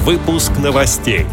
Выпуск новостей.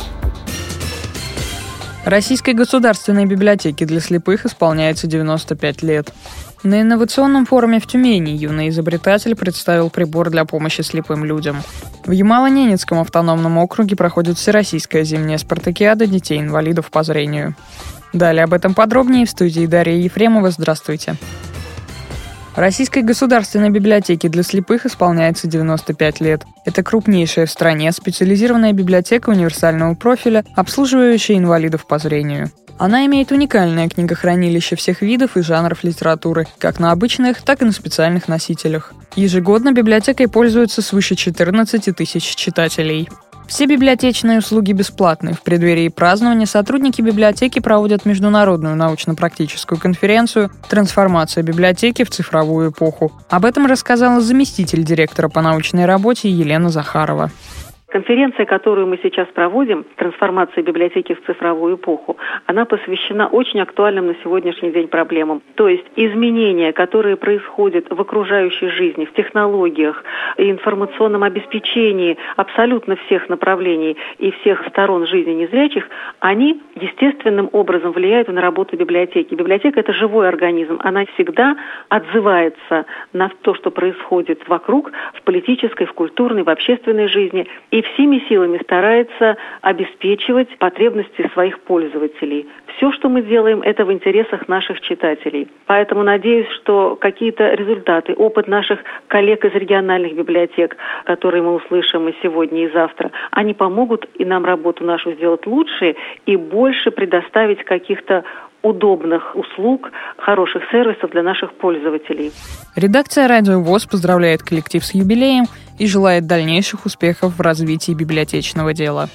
Российской государственной библиотеке для слепых исполняется 95 лет. На инновационном форуме в Тюмени юный изобретатель представил прибор для помощи слепым людям. В Ямало-Ненецком автономном округе проходит Всероссийская зимняя спартакиада детей-инвалидов по зрению. Далее об этом подробнее в студии Дарья Ефремова. Здравствуйте. Российской государственной библиотеке для слепых исполняется 95 лет. Это крупнейшая в стране специализированная библиотека универсального профиля, обслуживающая инвалидов по зрению. Она имеет уникальное книгохранилище всех видов и жанров литературы, как на обычных, так и на специальных носителях. Ежегодно библиотекой пользуются свыше 14 тысяч читателей. Все библиотечные услуги бесплатны. В преддверии празднования сотрудники библиотеки проводят международную научно-практическую конференцию «Трансформация библиотеки в цифровую эпоху». Об этом рассказала заместитель директора по научной работе Елена Захарова. Конференция, которую мы сейчас проводим, «Трансформация библиотеки в цифровую эпоху», она посвящена очень актуальным на сегодняшний день проблемам. То есть изменения, которые происходят в окружающей жизни, в технологиях, информационном обеспечении абсолютно всех направлений и всех сторон жизни незрячих, они естественным образом влияют на работу библиотеки. Библиотека – это живой организм, она всегда отзывается на то, что происходит вокруг, в политической, в культурной, в общественной жизни, и всеми силами старается обеспечивать потребности своих пользователей. Все, что мы делаем, это в интересах наших читателей. Поэтому надеюсь, что какие-то результаты, опыт наших коллег из региональных библиотек, которые мы услышим и сегодня, и завтра, они помогут и нам работу нашу сделать лучше и больше предоставить каких-то удобных услуг, хороших сервисов для наших пользователей. Редакция «Радио ВОС» поздравляет коллектив с юбилеем и желает дальнейших успехов в развитии библиотечного дела.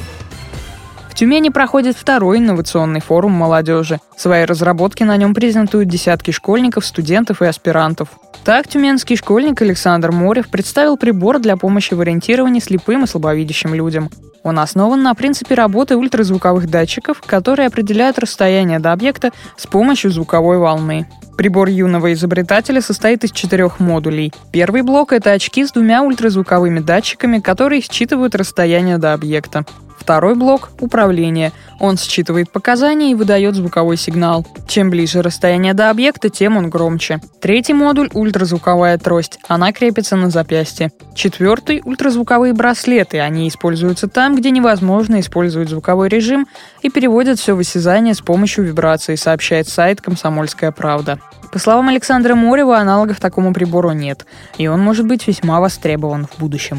В Тюмени проходит второй инновационный форум молодежи. Свои разработки на нем презентуют десятки школьников, студентов и аспирантов. Так, тюменский школьник Александр Морев представил прибор для помощи в ориентировании слепым и слабовидящим людям. Он основан на принципе работы ультразвуковых датчиков, которые определяют расстояние до объекта с помощью звуковой волны. Прибор юного изобретателя состоит из 4 модулей. Первый блок – это очки с 2 ультразвуковыми датчиками, которые считывают расстояние до объекта. Второй блок – управление. Он считывает показания и выдает звуковой сигнал. Чем ближе расстояние до объекта, тем он громче. Третий модуль – ультразвуковая трость. Она крепится на запястье. Четвертый – ультразвуковые браслеты. Они используются там, где невозможно использовать звуковой режим, и переводят все в осязание с помощью вибраций, сообщает сайт «Комсомольская правда». По словам Александра Морева, аналогов такому прибору нет, и он может быть весьма востребован в будущем.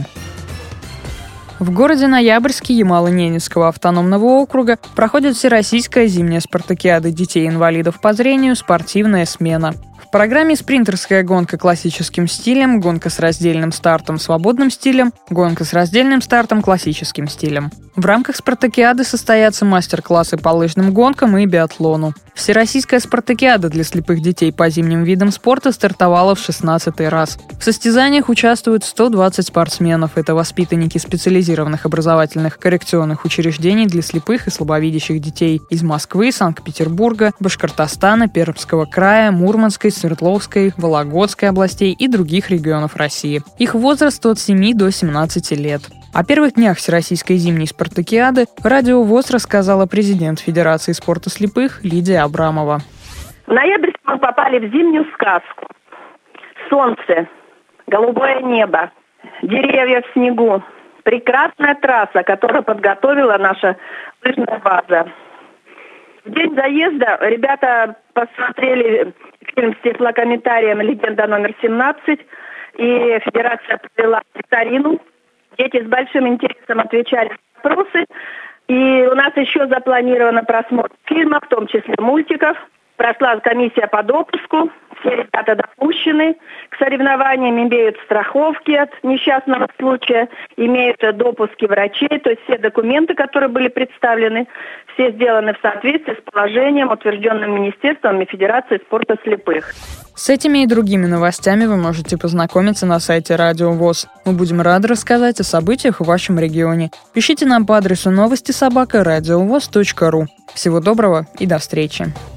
В городе Ноябрьске Ямало-Ненецкого автономного округа проходит Всероссийская зимняя спартакиада детей-инвалидов по зрению «Спортивная смена». В программе спринтерская гонка классическим стилем, гонка с раздельным стартом свободным стилем, гонка с раздельным стартом классическим стилем. В рамках спартакиады состоятся мастер-классы по лыжным гонкам и биатлону. Всероссийская спартакиада для слепых детей по зимним видам спорта стартовала в 16-й раз. В состязаниях участвуют 120 спортсменов. Это воспитанники специализированных образовательных коррекционных учреждений для слепых и слабовидящих детей из Москвы, Санкт-Петербурга, Башкортостана, Пермского края, Мурманской, Свердловской, Вологодской областей и других регионов России. Их возраст от 7 до 17 лет. О первых днях Всероссийской зимней спартакиады Радио ВОС рассказала президент Федерации спорта слепых Лидия Абрамова. В ноябре мы попали в зимнюю сказку. Солнце, голубое небо, деревья в снегу. Прекрасная трасса, которую подготовила наша лыжная база. В день заезда ребята посмотрели фильм с тифлокомментарием «Легенда номер 17», и Федерация провела викторину. Дети с большим интересом отвечали на вопросы. И у нас еще запланировано просмотр фильмов, в том числе мультиков. Прошла комиссия по допуску. Все ребята допущены к соревнованиям, имеют страховки от несчастного случая, имеют допуски врачей. То есть все документы, которые были представлены, все сделаны в соответствии с положением, утвержденным Министерством и Федерацией спорта слепых. С этими и другими новостями вы можете познакомиться на сайте Радио ВОС. Мы будем рады рассказать о событиях в вашем регионе. Пишите нам по адресу новости@радиовос.ру. Всего доброго и до встречи.